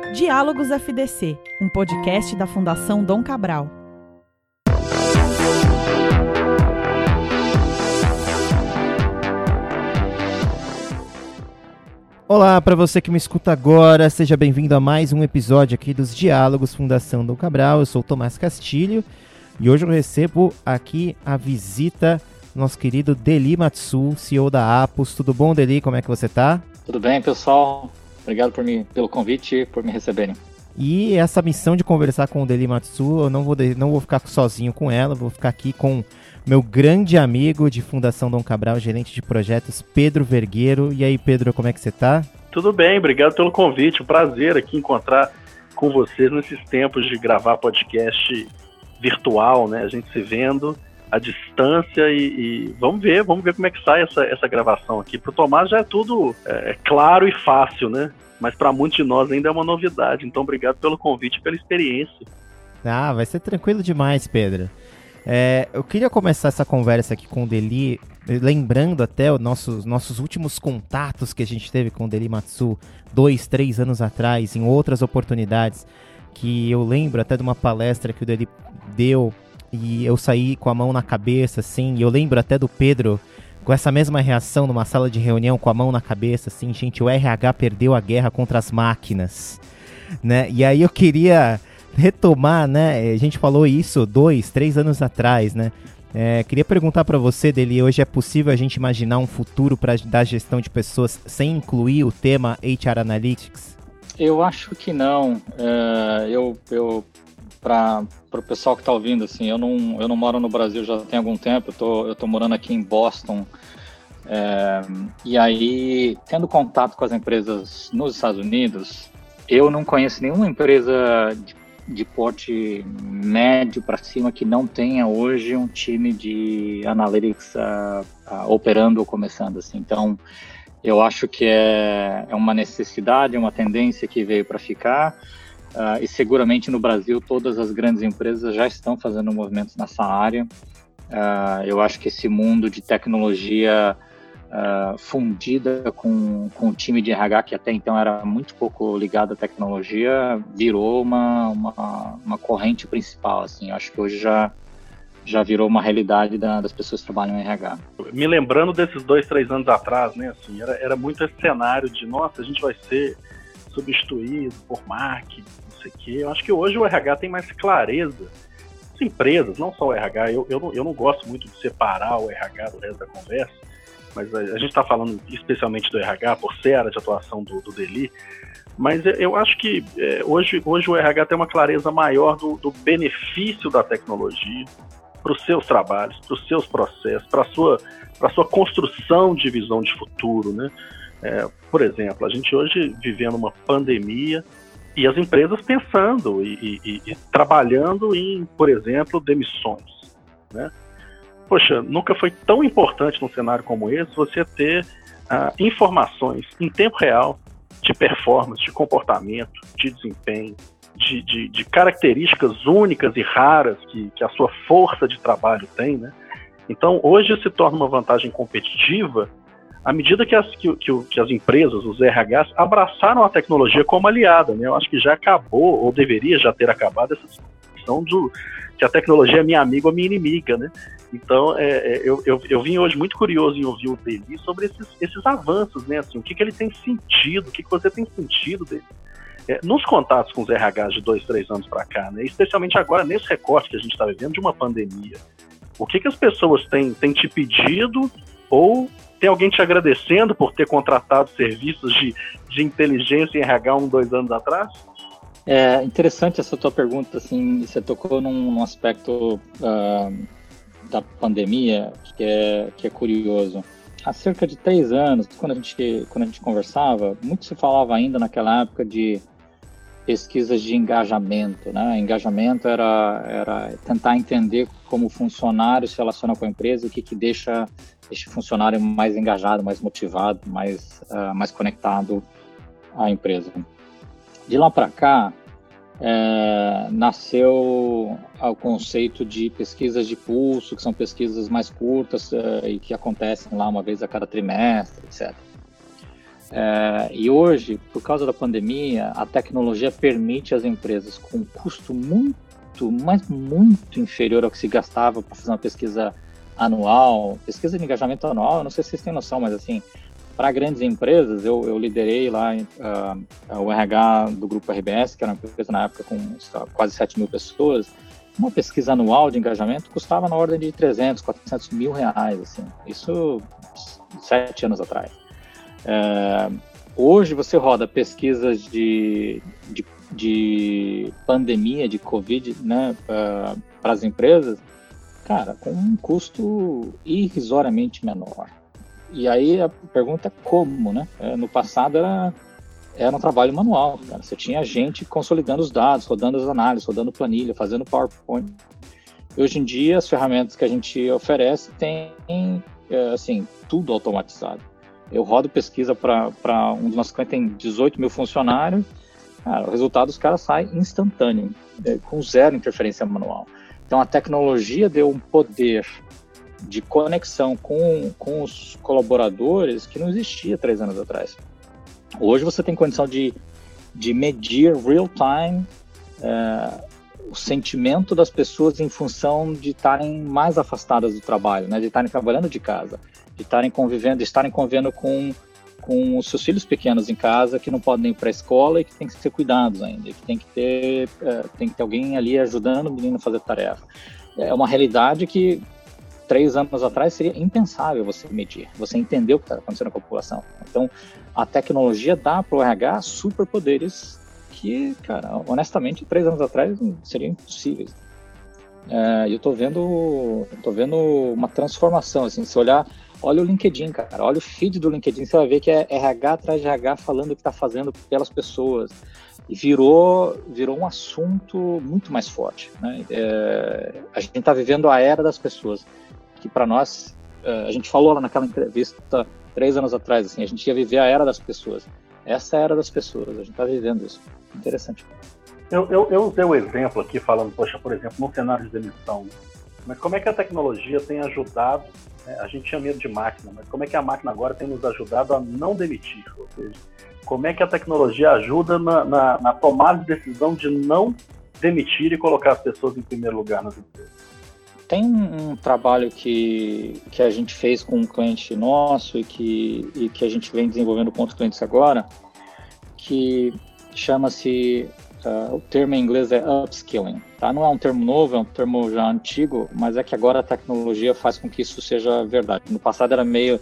Diálogos FDC, um podcast da Fundação Dom Cabral. Olá, para você que me escuta agora, seja bem-vindo a mais um episódio aqui dos Diálogos Fundação Dom Cabral. Eu sou o Tomás Castilho e hoje eu recebo aqui a visita do nosso querido Deli Matsu, CEO da Apus. Tudo bom, Deli? Como é que você tá? Tudo bem, pessoal. Obrigado pelo convite e por me receberem. E essa missão de conversar com o Deli Matsu, eu não vou ficar sozinho com ela, vou ficar aqui com meu grande amigo de Fundação Dom Cabral, gerente de projetos, Pedro Vergueiro. E aí, Pedro, como é que você tá? Tudo bem, obrigado pelo convite. Um prazer aqui encontrar com vocês nesses tempos de gravar podcast virtual, né? A gente se vendo à distância e vamos ver como é que sai essa gravação aqui. Para o Tomás já é tudo claro e fácil, né? Mas para muitos de nós ainda é uma novidade. Então, obrigado pelo convite e pela experiência. Ah, vai ser tranquilo demais, Pedro. Eu queria começar essa conversa aqui com o Deli, lembrando até os nossos últimos contatos que a gente teve com o Deli Matsu 2-3 anos atrás, em outras oportunidades, que eu lembro até de uma palestra que o Deli deu e eu saí com a mão na cabeça, assim, e eu lembro até do Pedro com essa mesma reação numa sala de reunião com a mão na cabeça, assim, gente, o RH perdeu a guerra contra as máquinas, né? E aí eu queria retomar, né? A gente falou isso 2-3 anos atrás, né? Queria perguntar para você, Deli, hoje é possível a gente imaginar um futuro para da gestão de pessoas sem incluir o tema HR Analytics? Eu acho que não. Para o pessoal que está ouvindo, assim, eu não moro no Brasil já tem algum tempo, eu tô morando aqui em Boston, e aí, tendo contato com as empresas nos Estados Unidos, eu não conheço nenhuma empresa de porte médio para cima que não tenha hoje um time de analytics operando ou começando, assim. Então, eu acho que é uma necessidade, uma tendência que veio para ficar. E seguramente no Brasil todas as grandes empresas já estão fazendo movimentos nessa área. Eu acho que esse mundo de tecnologia fundida com o time de RH, que até então era muito pouco ligado à tecnologia, virou uma corrente principal, assim. Eu acho que hoje já virou uma realidade das pessoas que trabalham em RH. Me lembrando desses 2-3 anos atrás, né, assim, era muito esse cenário de, nossa, a gente vai ser substituído por máquina, não sei o quê. Eu acho que hoje o RH tem mais clareza. As empresas, não só o RH, eu não gosto muito de separar o RH do resto da conversa, mas a gente está falando especialmente do RH, por ser a área de atuação do Deli, mas eu acho que hoje o RH tem uma clareza maior do benefício da tecnologia para os seus trabalhos, para os seus processos, para a sua construção de visão de futuro, né? Por exemplo, a gente hoje vivendo uma pandemia e as empresas pensando e trabalhando em, por exemplo, demissões, né? Poxa, nunca foi tão importante num cenário como esse você ter informações em tempo real de performance, de comportamento, de desempenho, de características únicas e raras que a sua força de trabalho tem, né? Então, hoje se torna uma vantagem competitiva à medida que as empresas, os RHs, abraçaram a tecnologia como aliada, né? Eu acho que já acabou, ou deveria já ter acabado, essa discussão que a tecnologia é minha amiga ou minha inimiga, né? Então, eu vim hoje muito curioso em ouvir o Deli sobre esses avanços, né? Assim, o que ele tem sentido, o que você tem sentido dele. Nos contatos com os RHs de 2-3 anos para cá, né? Especialmente agora, nesse recorte que a gente está vivendo de uma pandemia, o que as pessoas têm te pedido ou tem alguém te agradecendo por ter contratado serviços de inteligência em RH 1-2 anos atrás? É interessante essa tua pergunta, assim, você tocou num aspecto da pandemia que é curioso. Há cerca de 3 anos, quando a gente conversava, muito se falava ainda naquela época de pesquisas de engajamento, né? Engajamento era tentar entender como o funcionário se relaciona com a empresa, o que deixa este funcionário mais engajado, mais motivado, mais conectado à empresa. De lá para cá, nasceu o conceito de pesquisas de pulso, que são pesquisas mais curtas e que acontecem lá uma vez a cada trimestre, etc. E hoje, por causa da pandemia, a tecnologia permite às empresas com um custo muito inferior ao que se gastava para fazer uma pesquisa anual, pesquisa de engajamento anual, eu não sei se vocês têm noção, mas assim, para grandes empresas, eu liderei lá o RH do Grupo RBS, que era uma empresa na época com quase 7 mil pessoas. Uma pesquisa anual de engajamento custava na ordem de 300, 400 mil reais, assim. Isso 7 anos atrás. Hoje você roda pesquisas de pandemia, de Covid, né, para as empresas, cara, com um custo irrisoriamente menor. E aí a pergunta é como, né? No passado era um trabalho manual, cara. Você tinha gente consolidando os dados, rodando as análises, rodando planilha, fazendo PowerPoint. E hoje em dia, as ferramentas que a gente oferece têm, assim, tudo automatizado. Eu rodo pesquisa para um dos nossos clientes, tem 18 mil funcionários. Cara, o resultado dos caras sai instantâneo, com zero interferência manual. Então, a tecnologia deu um poder de conexão com os colaboradores que não existia 3 anos atrás. Hoje você tem condição de medir real-time o sentimento das pessoas em função de estarem mais afastadas do trabalho, né? De estarem trabalhando de casa, de estarem convivendo com os seus filhos pequenos em casa que não podem ir para a escola e que tem que ser cuidados ainda, que tem que ter alguém ali ajudando o menino a fazer tarefa. É uma realidade que 3 anos atrás seria impensável você medir, você entender o que está acontecendo com a população. Então, a tecnologia dá para o RH superpoderes que, cara, honestamente, 3 anos atrás seriam impossíveis. E eu estou vendo uma transformação, assim, se olha o LinkedIn, cara, olha o feed do LinkedIn, você vai ver que é RH atrás de RH falando o que está fazendo pelas pessoas. E virou um assunto muito mais forte, né? A gente está vivendo a era das pessoas, que para nós, a gente falou lá naquela entrevista 3 anos atrás, assim, a gente ia viver a era das pessoas. Essa é a era das pessoas, a gente está vivendo isso. Interessante. Eu usei o exemplo aqui falando, poxa, por exemplo, no cenário de demissão, mas como é que a tecnologia tem ajudado, né? A gente tinha medo de máquina, mas como é que a máquina agora tem nos ajudado a não demitir? Ou seja, como é que a tecnologia ajuda na tomada de decisão de não demitir e colocar as pessoas em primeiro lugar nas empresas? Tem um trabalho que a gente fez com um cliente nosso e que a gente vem desenvolvendo com outros clientes agora, que chama-se, o termo em inglês é upskilling, tá? Não é um termo novo, é um termo já antigo, mas é que agora a tecnologia faz com que isso seja verdade. No passado era meio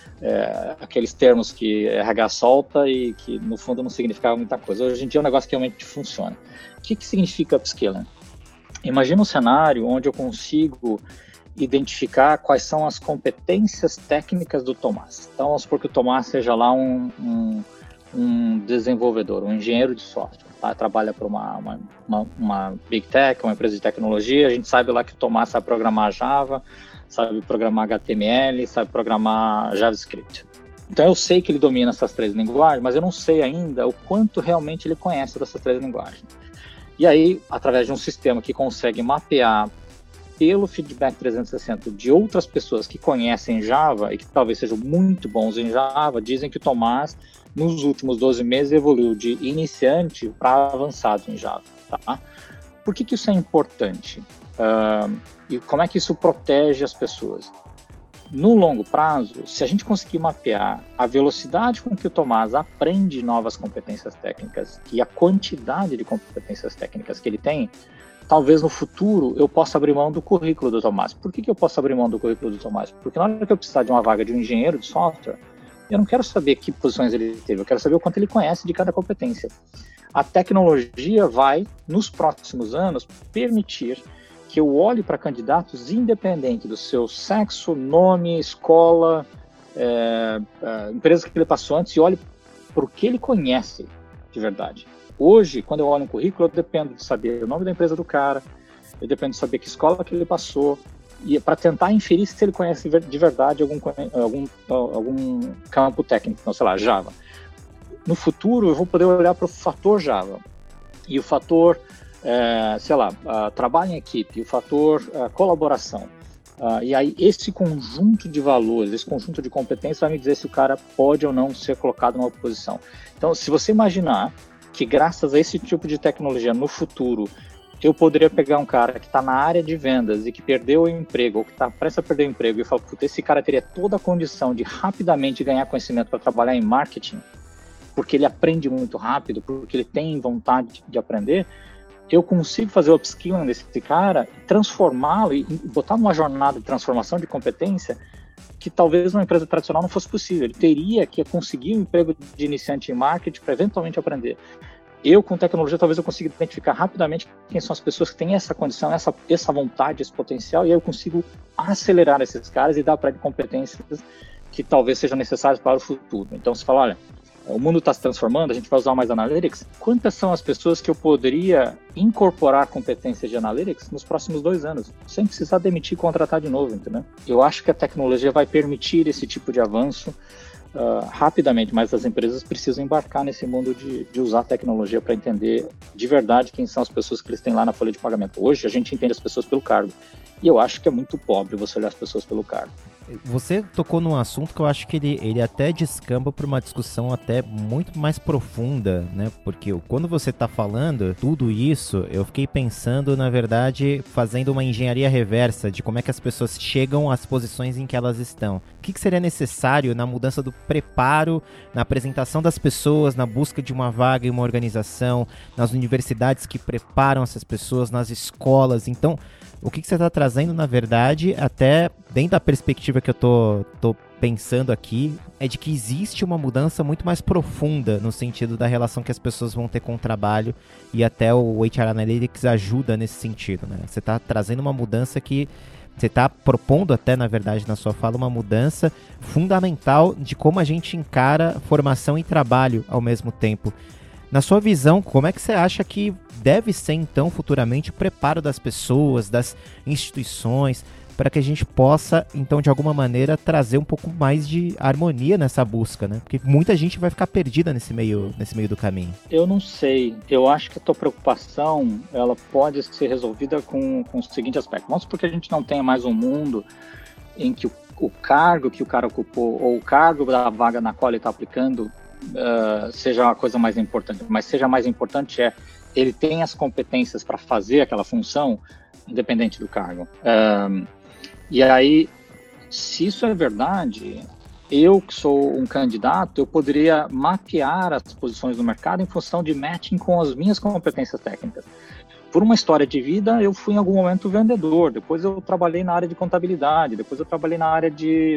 aqueles termos que RH solta e que no fundo não significava muita coisa. Hoje em dia é um negócio que realmente funciona. O que significa upskilling? Imagina um cenário onde eu consigo identificar quais são as competências técnicas do Tomás. Então, vamos supor que o Tomás seja lá um desenvolvedor, um engenheiro de software, tá? Trabalha para uma Big Tech, uma empresa de tecnologia. A gente sabe lá que o Tomás sabe programar Java, sabe programar HTML, sabe programar JavaScript. Então, eu sei que ele domina essas 3 linguagens, mas eu não sei ainda o quanto realmente ele conhece dessas 3 linguagens. E aí, através de um sistema que consegue mapear pelo feedback 360 de outras pessoas que conhecem Java e que talvez sejam muito bons em Java, dizem que o Tomás, nos últimos 12 meses, evoluiu de iniciante para avançado em Java. Tá? Por que isso é importante? E como é que isso protege as pessoas? No longo prazo, se a gente conseguir mapear a velocidade com que o Tomás aprende novas competências técnicas e a quantidade de competências técnicas que ele tem, talvez no futuro eu possa abrir mão do currículo do Tomás. Por que eu posso abrir mão do currículo do Tomás? Porque na hora que eu precisar de uma vaga de um engenheiro de software, eu não quero saber que posições ele teve, eu quero saber o quanto ele conhece de cada competência. A tecnologia vai, nos próximos anos, permitir que eu olhe para candidatos independente do seu sexo, nome, escola, empresa que ele passou antes, e olhe para o que ele conhece de verdade. Hoje, quando eu olho um currículo, eu dependo de saber o nome da empresa do cara, eu dependo de saber que escola que ele passou, e para tentar inferir se ele conhece de verdade algum campo técnico, então, sei lá, Java. No futuro, eu vou poder olhar para o fator Java e o fator, trabalho em equipe, o fator colaboração. E aí esse conjunto de valores, esse conjunto de competências vai me dizer se o cara pode ou não ser colocado numa posição. Então, se você imaginar que graças a esse tipo de tecnologia no futuro, eu poderia pegar um cara que está na área de vendas e que perdeu o emprego, ou que está prestes a perder o emprego, e falar, puta, esse cara teria toda a condição de rapidamente ganhar conhecimento para trabalhar em marketing, porque ele aprende muito rápido, porque ele tem vontade de aprender, eu consigo fazer o upskilling desse cara, transformá-lo e botar numa jornada de transformação de competência que talvez numa empresa tradicional não fosse possível. Ele teria que conseguir um emprego de iniciante em marketing para eventualmente aprender. Eu, com tecnologia, talvez eu consiga identificar rapidamente quem são as pessoas que têm essa condição, essa vontade, esse potencial, e aí eu consigo acelerar esses caras e dar para ele competências que talvez sejam necessárias para o futuro. Então, você fala, olha, o mundo está se transformando, a gente vai usar mais Analytics. Quantas são as pessoas que eu poderia incorporar competências de Analytics nos próximos 2 anos, sem precisar demitir e contratar de novo, entendeu? Eu acho que a tecnologia vai permitir esse tipo de avanço rapidamente, mas as empresas precisam embarcar nesse mundo de usar a tecnologia para entender de verdade quem são as pessoas que eles têm lá na folha de pagamento. Hoje, a gente entende as pessoas pelo cargo. E eu acho que é muito pobre você olhar as pessoas pelo cargo. Você tocou num assunto que eu acho que ele até descamba para uma discussão até muito mais profunda, né? Porque quando você está falando tudo isso, eu fiquei pensando, na verdade, fazendo uma engenharia reversa de como é que as pessoas chegam às posições em que elas estão. O que seria necessário na mudança do preparo, na apresentação das pessoas, na busca de uma vaga em uma organização, nas universidades que preparam essas pessoas, nas escolas. Então, o que você está trazendo, na verdade, até dentro da perspectiva que eu tô pensando aqui, é de que existe uma mudança muito mais profunda no sentido da relação que as pessoas vão ter com o trabalho, e até o HR Analytics ajuda nesse sentido, né? Você está trazendo uma mudança que você está propondo até, na verdade, na sua fala, uma mudança fundamental de como a gente encara formação e trabalho ao mesmo tempo. Na sua visão, como é que você acha que deve ser, então, futuramente, o preparo das pessoas, das instituições, para que a gente possa, então, de alguma maneira, trazer um pouco mais de harmonia nessa busca, né? Porque muita gente vai ficar perdida nesse meio do caminho. Eu não sei. Eu acho que a tua preocupação, ela pode ser resolvida com o seguinte aspecto. Vamos supor que a gente não tenha mais um mundo em que o cargo que o cara ocupou, ou o cargo da vaga na qual ele está aplicando, seja a coisa mais importante, mas seja mais importante ele tem as competências para fazer aquela função, independente do cargo. E aí, se isso é verdade, eu que sou um candidato, eu poderia mapear as posições do mercado em função de matching com as minhas competências técnicas. Por uma história de vida, eu fui em algum momento vendedor, depois eu trabalhei na área de contabilidade, depois eu trabalhei na área de,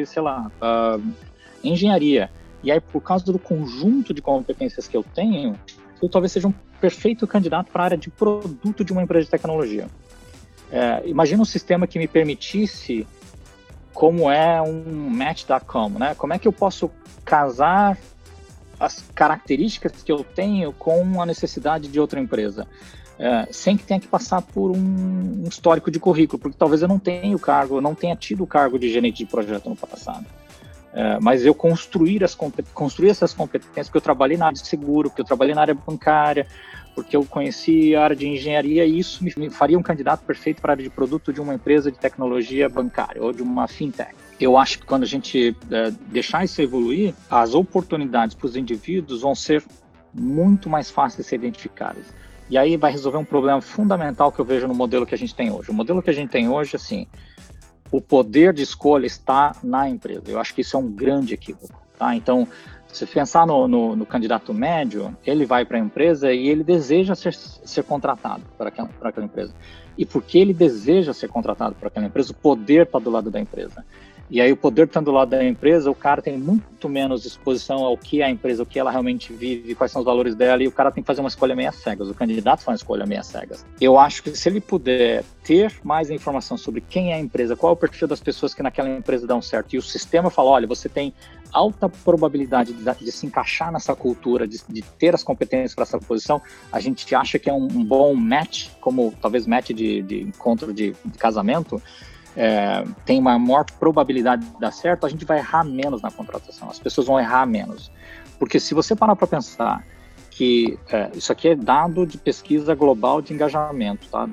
engenharia. E aí, por causa do conjunto de competências que eu tenho, eu talvez seja um perfeito candidato para a área de produto de uma empresa de tecnologia. Imagina um sistema que me permitisse, como é um Match.com, né? Como é que eu posso casar as características que eu tenho com a necessidade de outra empresa? Sem que tenha que passar por um histórico de currículo, porque talvez eu não tenha tido o cargo de gerente de projeto no passado. Mas eu construir essas competências, porque eu trabalhei na área de seguro, porque eu trabalhei na área bancária, porque eu conheci a área de engenharia, e isso me faria um candidato perfeito para a área de produto de uma empresa de tecnologia bancária ou de uma fintech. Eu acho que quando a gente deixar isso evoluir, as oportunidades para os indivíduos vão ser muito mais fáceis de ser identificadas. E aí vai resolver um problema fundamental que eu vejo no modelo que a gente tem hoje. O modelo que a gente tem hoje, assim, o poder de escolha está na empresa. Eu acho que isso é um grande equívoco, tá? Então, se pensar no candidato médio, ele vai para a empresa e ele deseja ser contratado para aquela empresa. E porque ele deseja ser contratado para aquela empresa, o poder está do lado da empresa. E aí o poder estando do lado da empresa, o cara tem muito menos exposição ao que é a empresa, o que ela realmente vive, quais são os valores dela, e o cara tem que fazer uma escolha meia cegas, o candidato faz uma escolha meia cegas. Eu acho que se ele puder ter mais informação sobre quem é a empresa, qual é o perfil das pessoas que naquela empresa dão certo, e o sistema fala, olha, você tem alta probabilidade de se encaixar nessa cultura, de ter as competências para essa posição, a gente acha que é um bom match, como talvez match de encontro de casamento, tem uma maior probabilidade de dar certo, a gente vai errar menos na contratação, as pessoas vão errar menos. Porque se você parar para pensar que isso aqui é dado de pesquisa global de engajamento, tá?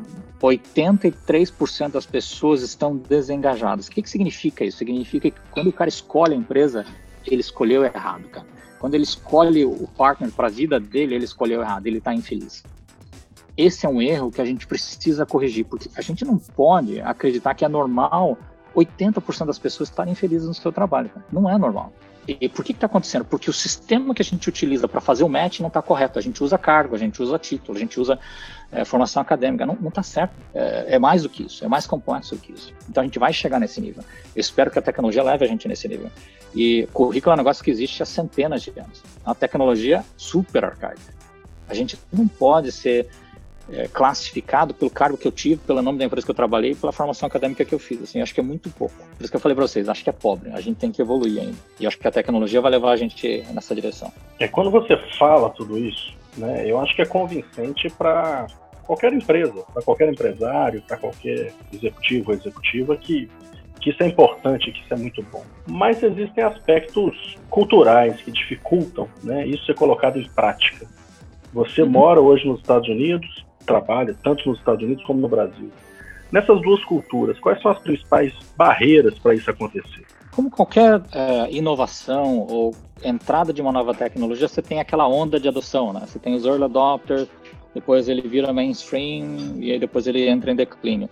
83% das pessoas estão desengajadas. O que significa isso? Significa que quando o cara escolhe a empresa, ele escolheu errado, cara. Quando ele escolhe o partner para a vida dele, ele escolheu errado, ele está infeliz. Esse é um erro que a gente precisa corrigir, porque a gente não pode acreditar que é normal 80% das pessoas estarem felizes no seu trabalho, cara. Não é normal. E por que está acontecendo? Porque o sistema que a gente utiliza para fazer o match não está correto. A gente usa cargo, a gente usa título, a gente usa formação acadêmica. Não está certo. É mais do que isso, é mais complexo do que isso. Então a gente vai chegar nesse nível. Eu espero que a tecnologia leve a gente nesse nível. E currículo é um negócio que existe há centenas de anos. É uma tecnologia super arcaica. A gente não pode ser classificado pelo cargo que eu tive, pelo nome da empresa que eu trabalhei e pela formação acadêmica que eu fiz. Assim, acho que é muito pouco. Por isso que eu falei para vocês, acho que é pobre. A gente tem que evoluir ainda. E acho que a tecnologia vai levar a gente nessa direção. Quando você fala tudo isso, né, eu acho que é convincente para qualquer empresa, para qualquer empresário, para qualquer executivo ou executiva que isso é importante, que isso é muito bom. Mas existem aspectos culturais que dificultam, né, isso ser colocado em prática. Você mora hoje nos Estados Unidos, trabalha tanto nos Estados Unidos como no Brasil. Nessas duas culturas, quais são as principais barreiras para isso acontecer? Como qualquer inovação ou entrada de uma nova tecnologia, você tem aquela onda de adoção, né? Você tem os early adopters, depois ele vira mainstream e aí depois ele entra em declínio.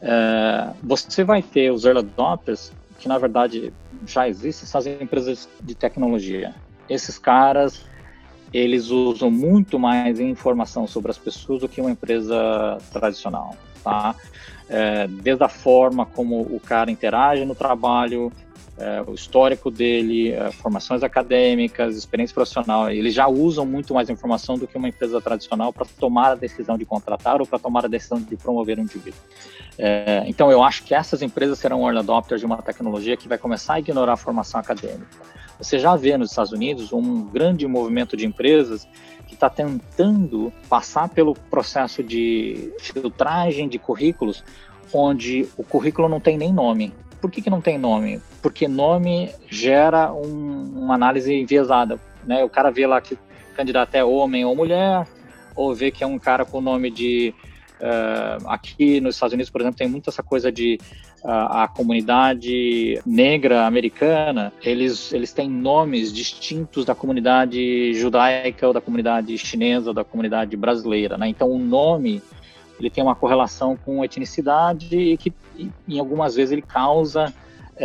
Você vai ter os early adopters, que na verdade já existem, são as empresas de tecnologia. Esses caras, eles usam muito mais informação sobre as pessoas do que uma empresa tradicional, tá? Desde a forma como o cara interage no trabalho, o histórico dele, formações acadêmicas, experiência profissional, eles já usam muito mais informação do que uma empresa tradicional para tomar a decisão de contratar ou para tomar a decisão de promover um indivíduo. Então, eu acho que essas empresas serão early adopters de uma tecnologia que vai começar a ignorar a formação acadêmica. Você já vê nos Estados Unidos um grande movimento de empresas que está tentando passar pelo processo de filtragem de currículos, onde o currículo não tem nem nome. Por que não tem nome? Porque nome gera uma análise enviesada, né? O cara vê lá que o candidato é homem ou mulher, ou vê que é um cara com nome de... aqui nos Estados Unidos, por exemplo, tem muito essa coisa de a comunidade negra americana, eles têm nomes distintos da comunidade judaica ou da comunidade chinesa ou da comunidade brasileira, né? Então o nome, ele tem uma correlação com etnicidade e que em algumas vezes ele causa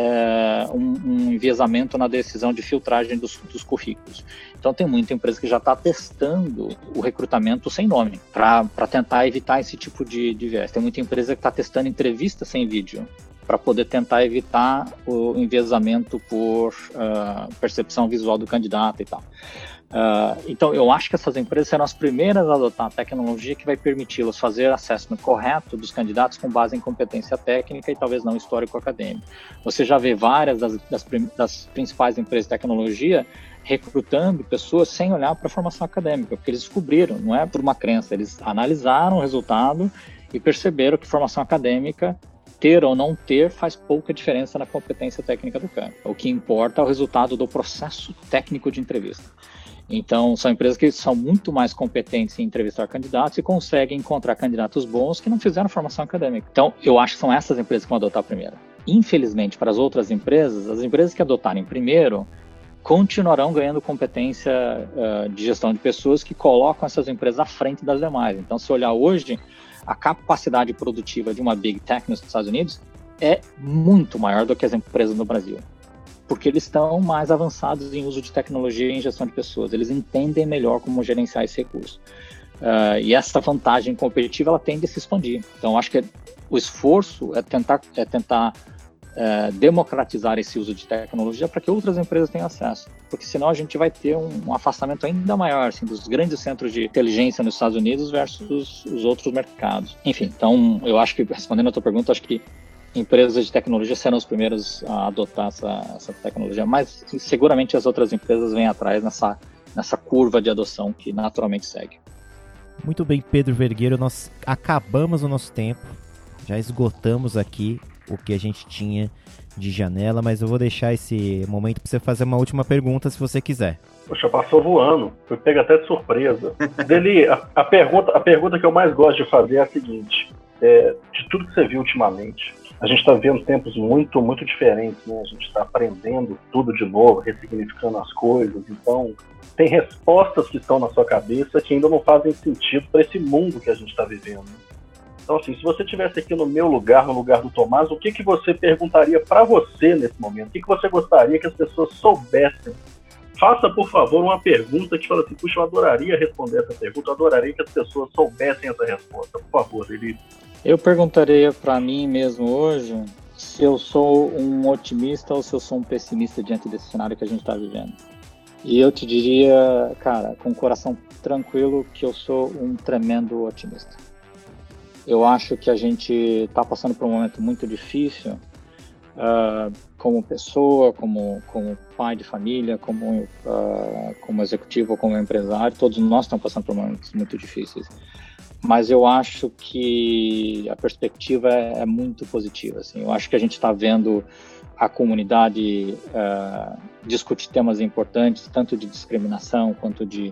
um enviesamento na decisão de filtragem dos currículos. Então tem muita empresa que já está testando o recrutamento sem nome, para tentar evitar esse tipo de viés. Tem muita empresa que está testando entrevista sem vídeo, para poder tentar evitar o enviesamento por percepção visual do candidato e tal. Então, eu acho que essas empresas serão as primeiras a adotar a tecnologia que vai permiti-las fazer assessment correto dos candidatos com base em competência técnica e talvez não histórico acadêmico. Você já vê várias das principais empresas de tecnologia recrutando pessoas sem olhar para a formação acadêmica, porque eles descobriram, não é por uma crença, eles analisaram o resultado e perceberam que formação acadêmica, ter ou não ter, faz pouca diferença na competência técnica do cara. O que importa é o resultado do processo técnico de entrevista. Então, são empresas que são muito mais competentes em entrevistar candidatos e conseguem encontrar candidatos bons que não fizeram formação acadêmica. Então, eu acho que são essas empresas que vão adotar primeiro. Infelizmente, para as outras empresas, as empresas que adotarem primeiro continuarão ganhando competência de gestão de pessoas que colocam essas empresas à frente das demais. Então, se olhar hoje, a capacidade produtiva de uma Big Tech nos Estados Unidos é muito maior do que as empresas no Brasil, porque eles estão mais avançados em uso de tecnologia e em gestão de pessoas. Eles entendem melhor como gerenciar esse recurso. E essa vantagem competitiva, ela tende a se expandir. Então, acho que o esforço é tentar democratizar esse uso de tecnologia para que outras empresas tenham acesso, porque senão a gente vai ter um afastamento ainda maior assim, dos grandes centros de inteligência nos Estados Unidos versus os outros mercados. Enfim, então eu acho que, respondendo a tua pergunta, acho que empresas de tecnologia serão os primeiros a adotar essa tecnologia, mas seguramente as outras empresas vêm atrás nessa curva de adoção que naturalmente segue. Muito bem, Pedro Vergueiro, nós acabamos o nosso tempo, já esgotamos aqui. o que a gente tinha de janela, mas eu vou deixar esse momento para você fazer uma última pergunta, se você quiser. Poxa, passou voando. Foi pego até de surpresa. Deli, a pergunta que eu mais gosto de fazer é a seguinte. De tudo que você viu ultimamente, a gente está vivendo tempos muito, muito diferentes, né? A gente está aprendendo tudo de novo, ressignificando as coisas. Então, tem respostas que estão na sua cabeça que ainda não fazem sentido para esse mundo que a gente está vivendo. Então, assim, se você estivesse aqui no meu lugar, no lugar do Tomás, o que você perguntaria para você nesse momento? O que você gostaria que as pessoas soubessem? Faça, por favor, uma pergunta que fala assim, puxa, eu adoraria responder essa pergunta, eu adoraria que as pessoas soubessem essa resposta. Por favor, ele... Eu perguntaria para mim mesmo hoje se eu sou um otimista ou se eu sou um pessimista diante desse cenário que a gente está vivendo. E eu te diria, cara, com o coração tranquilo, que eu sou um tremendo otimista. Eu acho que a gente está passando por um momento muito difícil, como pessoa, como pai de família, como executivo, como empresário. Todos nós estamos passando por momentos muito difíceis. Mas eu acho que a perspectiva é muito positiva. Assim. Eu acho que a gente está vendo a comunidade discutir temas importantes, tanto de discriminação quanto de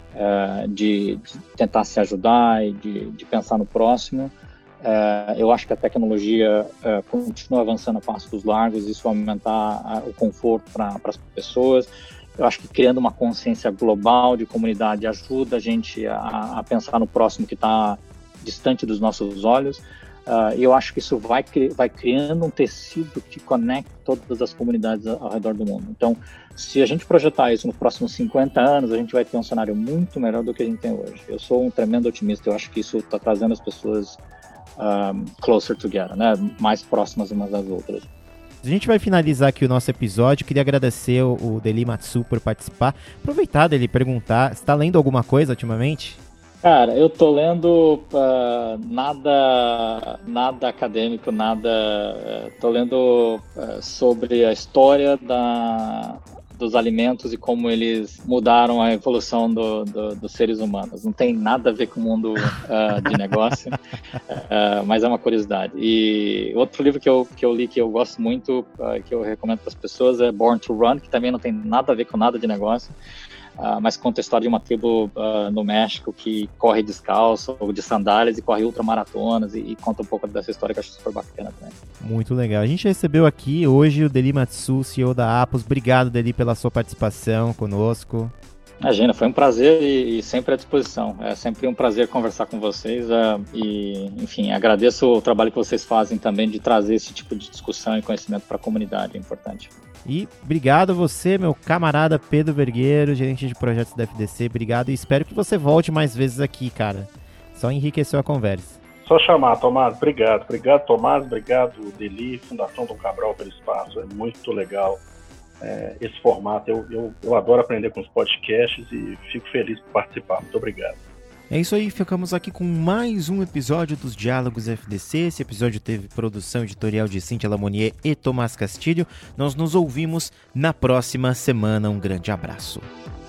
tentar se ajudar e de pensar no próximo. Eu acho que a tecnologia continua avançando a passos largos, isso vai aumentar o conforto para as pessoas. Eu acho que criando uma consciência global de comunidade ajuda a gente a pensar no próximo que está distante dos nossos olhos. E eu acho que isso vai criando um tecido que conecta todas as comunidades ao redor do mundo. Então, se a gente projetar isso nos próximos 50 anos, a gente vai ter um cenário muito melhor do que a gente tem hoje. Eu sou um tremendo otimista, eu acho que isso está trazendo as pessoas closer together, né? Mais próximas umas das outras. A gente vai finalizar aqui o nosso episódio. Queria agradecer o Deli Matsu por participar. Aproveitar dele perguntar, você está lendo alguma coisa ultimamente? Cara, eu tô lendo nada acadêmico, tô lendo sobre a história dos alimentos e como eles mudaram a evolução dos seres humanos. Não tem nada a ver com o mundo de negócio, mas é uma curiosidade. E outro livro que eu li que eu gosto muito, que eu recomendo para as pessoas, é Born to Run, que também não tem nada a ver com nada de negócio. Mas conta a história de uma tribo no México que corre descalço, ou de sandálias, e corre ultramaratonas, e conta um pouco dessa história que eu acho super bacana também. Muito legal. A gente recebeu aqui hoje o Deli Matsu, CEO da Apos. Obrigado, Deli, pela sua participação conosco. Imagina, foi um prazer e sempre à disposição. É sempre um prazer conversar com vocês e, enfim, agradeço o trabalho que vocês fazem também de trazer esse tipo de discussão e conhecimento para a comunidade, é importante. E obrigado a você, meu camarada Pedro Vergueiro, gerente de projetos da FDC. Obrigado e espero que você volte mais vezes aqui, cara. Só enriqueceu a conversa. Só chamar, Tomás. Obrigado. Obrigado, Tomás. Obrigado, Deli, Fundação Dom Cabral, pelo espaço. É muito legal esse formato. Eu adoro aprender com os podcasts e fico feliz por participar. Muito obrigado. É isso aí, ficamos aqui com mais um episódio dos Diálogos FDC. Esse episódio teve produção editorial de Cíntia Lamonier e Tomás Castilho. Nós nos ouvimos na próxima semana. Um grande abraço.